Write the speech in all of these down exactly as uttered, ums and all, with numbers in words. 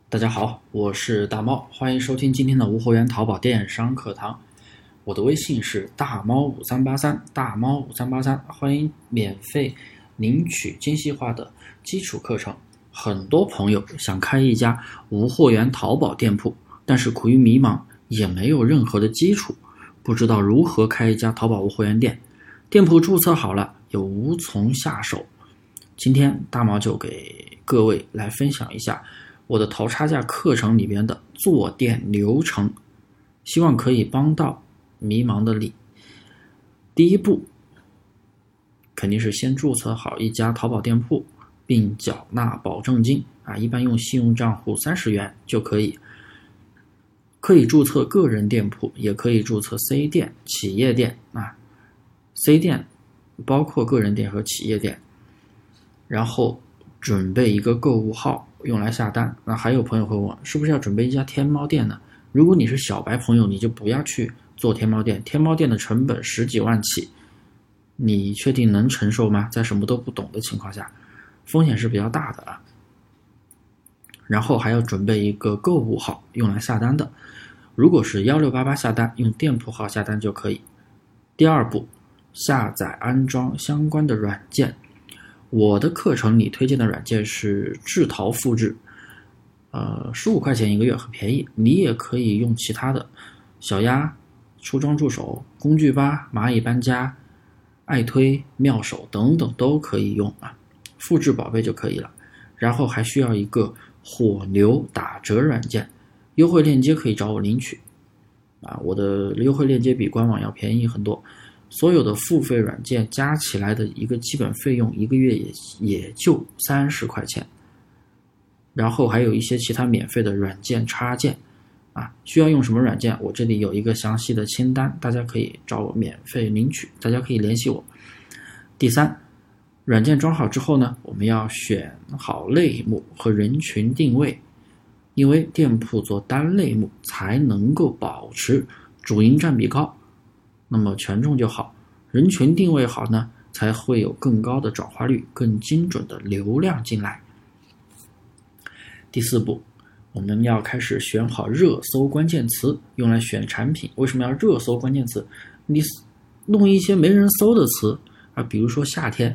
大家好，我是大猫，欢迎收听今天的无货源淘宝电商课堂。我的微信是大猫五三八三，大猫五三八三，欢迎免费领取精细化的基础课程。很多朋友想开一家无货源淘宝店铺，但是苦于迷茫，也没有任何的基础，不知道如何开一家淘宝无货源店。店铺注册好了，又无从下手。今天大猫就给各位来分享一下我的淘差价课程里边的做店流程，希望可以帮到迷茫的你。第一步，肯定是先注册好一家淘宝店铺，并缴纳保证金啊，一般用信用账户三十元就可以。可以注册个人店铺，也可以注册 C 店、企业店啊。C 店包括个人店和企业店，然后准备一个购物号用来下单。那还有朋友会问，是不是要准备一家天猫店呢？如果你是小白朋友，你就不要去做天猫店，天猫店的成本十几万起，你确定能承受吗？在什么都不懂的情况下，风险是比较大的啊。然后还要准备一个购物号用来下单的，如果是一六八八下单，用店铺号下单就可以。第二步，下载安装相关的软件。我的课程里推荐的软件是智淘复制，呃，十五块钱一个月，很便宜。你也可以用其他的，小鸭、出装助手、工具吧、蚂蚁搬家、爱推、妙手等等都可以用啊，复制宝贝就可以了。然后还需要一个火牛打折软件，优惠链接可以找我领取啊，我的优惠链接比官网要便宜很多。所有的付费软件加起来的一个基本费用，一个月也也就三十块钱。然后还有一些其他免费的软件插件啊，需要用什么软件，我这里有一个详细的清单，大家可以找我免费领取，大家可以联系我。第三，软件装好之后呢，我们要选好类目和人群定位，因为店铺做单类目才能够保持主营占比高，那么权重就好，人群定位好呢，才会有更高的转化率，更精准的流量进来。第四步，我们要开始选好热搜关键词，用来选产品。为什么要热搜关键词？你弄一些没人搜的词啊，比如说夏天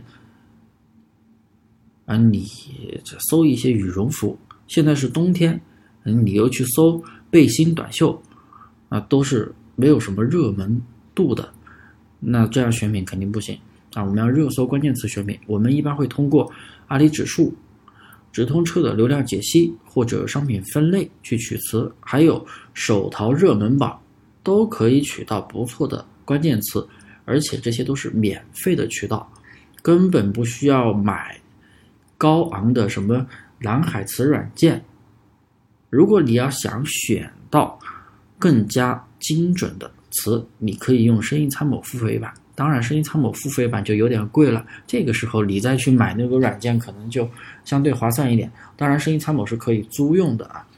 啊，你搜一些羽绒服，现在是冬天，你又去搜背心短袖啊，都是没有什么热门度的，那这样选品肯定不行啊！我们要热搜关键词选品，我们一般会通过阿里指数、直通车的流量解析或者商品分类去取词，还有手淘热门榜都可以取到不错的关键词，而且这些都是免费的渠道，根本不需要买高昂的什么蓝海词软件。如果你要想选到更加精准的词，你可以用声音参谋付费版，当然声音参谋付费版就有点贵了，这个时候你再去买那个软件可能就相对划算一点，当然声音参谋是可以租用的啊。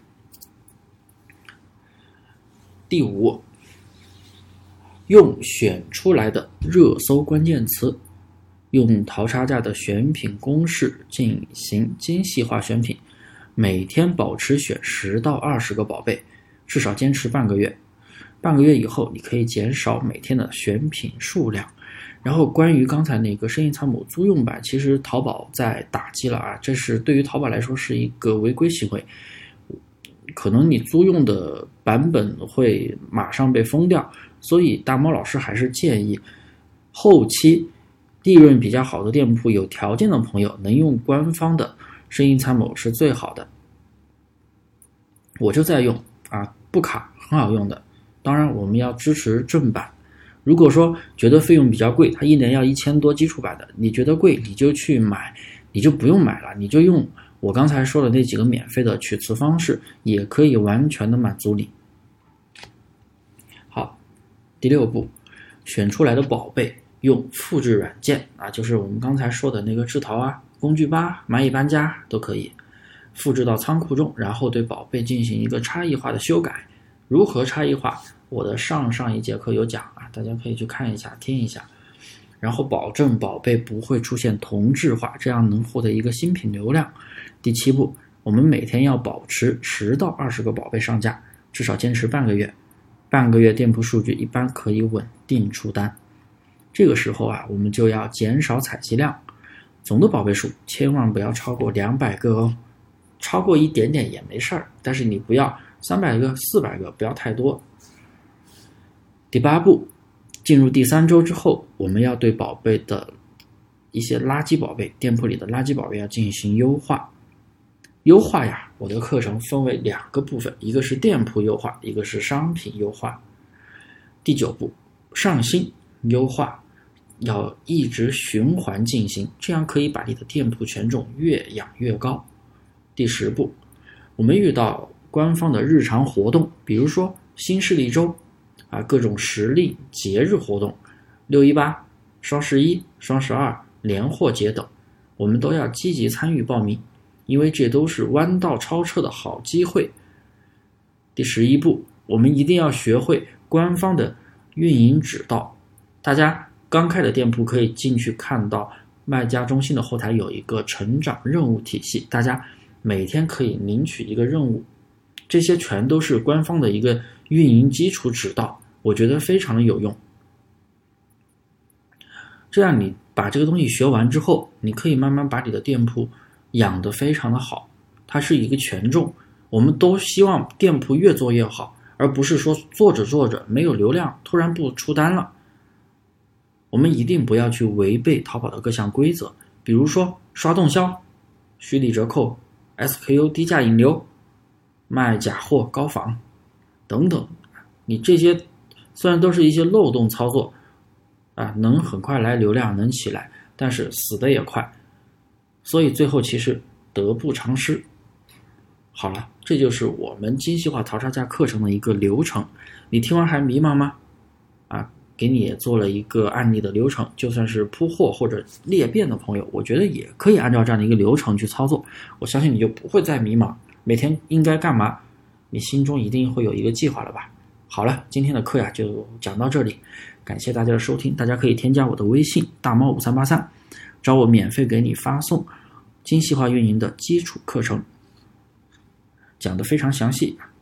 第五，用选出来的热搜关键词，用淘差价的选品公式进行精细化选品，每天保持选十到二十个宝贝，至少坚持半个月。半个月以后，你可以减少每天的选品数量。然后关于刚才那个声音参谋租用版，其实淘宝在打击了啊，这是对于淘宝来说是一个违规行为，可能你租用的版本会马上被封掉，所以大猫老师还是建议后期利润比较好的店铺，有条件的朋友能用官方的声音参谋是最好的。我就在用啊，不卡，很好用的。当然我们要支持正版，如果说觉得费用比较贵，它一年要一千多基础版的，你觉得贵你就去买，你就不用买了，你就用我刚才说的那几个免费的取词方式，也可以完全的满足你。好，第六步，选出来的宝贝用复制软件啊，就是我们刚才说的那个智淘啊、工具吧、蚂蚁搬家都可以复制到仓库中，然后对宝贝进行一个差异化的修改。如何差异化，我的上上一节课有讲啊，大家可以去看一下听一下。然后保证宝贝不会出现同质化，这样能获得一个新品流量。第七步， 我们每天要保持十到二十个宝贝上架，至少坚持半个月。半个月店铺数据一般可以稳定出单。这个时候啊，我们就要减少采集量，总的宝贝数千万不要超过两百个哦，超过一点点也没事儿，但是你不要三百个、四百个，不要太多。第八步，进入第三周之后，我们要对宝贝的一些垃圾宝贝，店铺里的垃圾宝贝要进行优化。优化呀，我的课程分为两个部分，一个是店铺优化，一个是商品优化。第九步，上新优化，要一直循环进行，这样可以把你的店铺权重越养越高。第十步，我们遇到官方的日常活动，比如说新势力周啊，各种时令节日活动，六一八、双十一、双十二、年货节等，我们都要积极参与报名，因为这都是弯道超车的好机会。第十一步，我们一定要学会官方的运营指导。大家刚开的店铺可以进去看到卖家中心的后台有一个成长任务体系，大家每天可以领取一个任务，这些全都是官方的一个运营基础指导，我觉得非常的有用。这样你把这个东西学完之后，你可以慢慢把你的店铺养得非常的好，它是一个权重，我们都希望店铺越做越好，而不是说做着做着没有流量，突然不出单了。我们一定不要去违背淘宝的各项规则，比如说刷动销、虚拟折扣、S K U 低价引流、卖假货高仿等等。你这些虽然都是一些漏洞操作啊，能很快来流量，能起来，但是死的也快，所以最后其实得不偿失。好了，这就是我们精细化淘差价课程的一个流程。你听完还迷茫吗？啊，给你也做了一个案例的流程，就算是铺货或者裂变的朋友，我觉得也可以按照这样的一个流程去操作，我相信你就不会再迷茫，每天应该干嘛，你心中一定会有一个计划了吧。好了，今天的课呀就讲到这里，感谢大家的收听，大家可以添加我的微信大猫五三八三，找我免费给你发送精细化运营的基础课程，讲得非常详细。